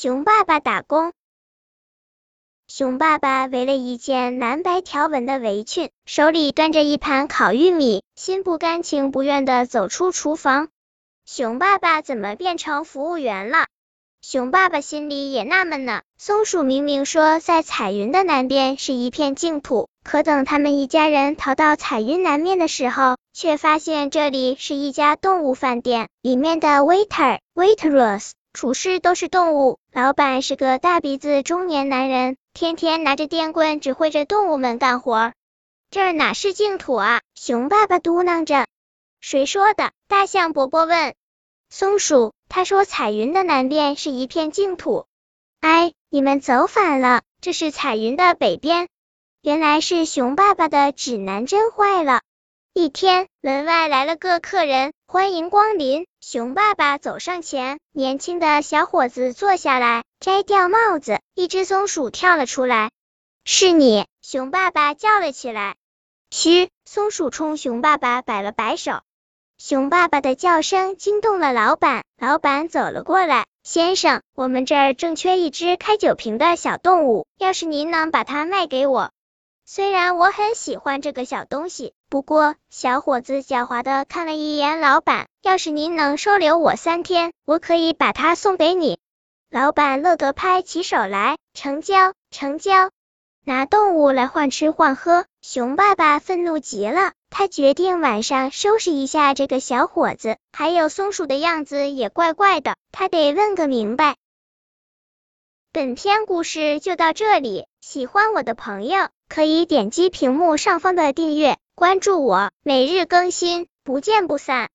熊爸爸打工。熊爸爸围了一件蓝白条纹的围裙，手里端着一盘烤玉米，心不甘情不愿地走出厨房。熊爸爸怎么变成服务员了？熊爸爸心里也纳闷呢。松鼠明明说在彩云的南边是一片净土，可等他们一家人逃到彩云南面的时候，却发现这里是一家动物饭店，里面的 waiter、waitress、厨师都是动物，老板是个大鼻子中年男人，天天拿着电棍指挥着动物们干活。这儿哪是净土啊？熊爸爸嘟囔着。谁说的？大象伯伯问。松鼠，他说彩云的南边是一片净土。哎，你们走反了，这是彩云的北边。原来是熊爸爸的指南针坏了。一天，门外来了个客人，欢迎光临。熊爸爸走上前，年轻的小伙子坐下来，摘掉帽子，一只松鼠跳了出来。是你！熊爸爸叫了起来。嘘！松鼠冲熊爸爸摆了摆手。熊爸爸的叫声惊动了老板，老板走了过来。先生，我们这儿正缺一只开酒瓶的小动物，要是您能把它卖给我。虽然我很喜欢这个小东西，不过小伙子狡猾地看了一眼老板，要是您能收留我3天，我可以把它送给你。老板乐得拍起手来，成交，成交。拿动物来换吃换喝，熊爸爸愤怒极了，他决定晚上收拾一下这个小伙子，还有松鼠的样子也怪怪的，他得问个明白。本篇故事就到这里，喜欢我的朋友可以点击屏幕上方的订阅，关注我，每日更新，不见不散。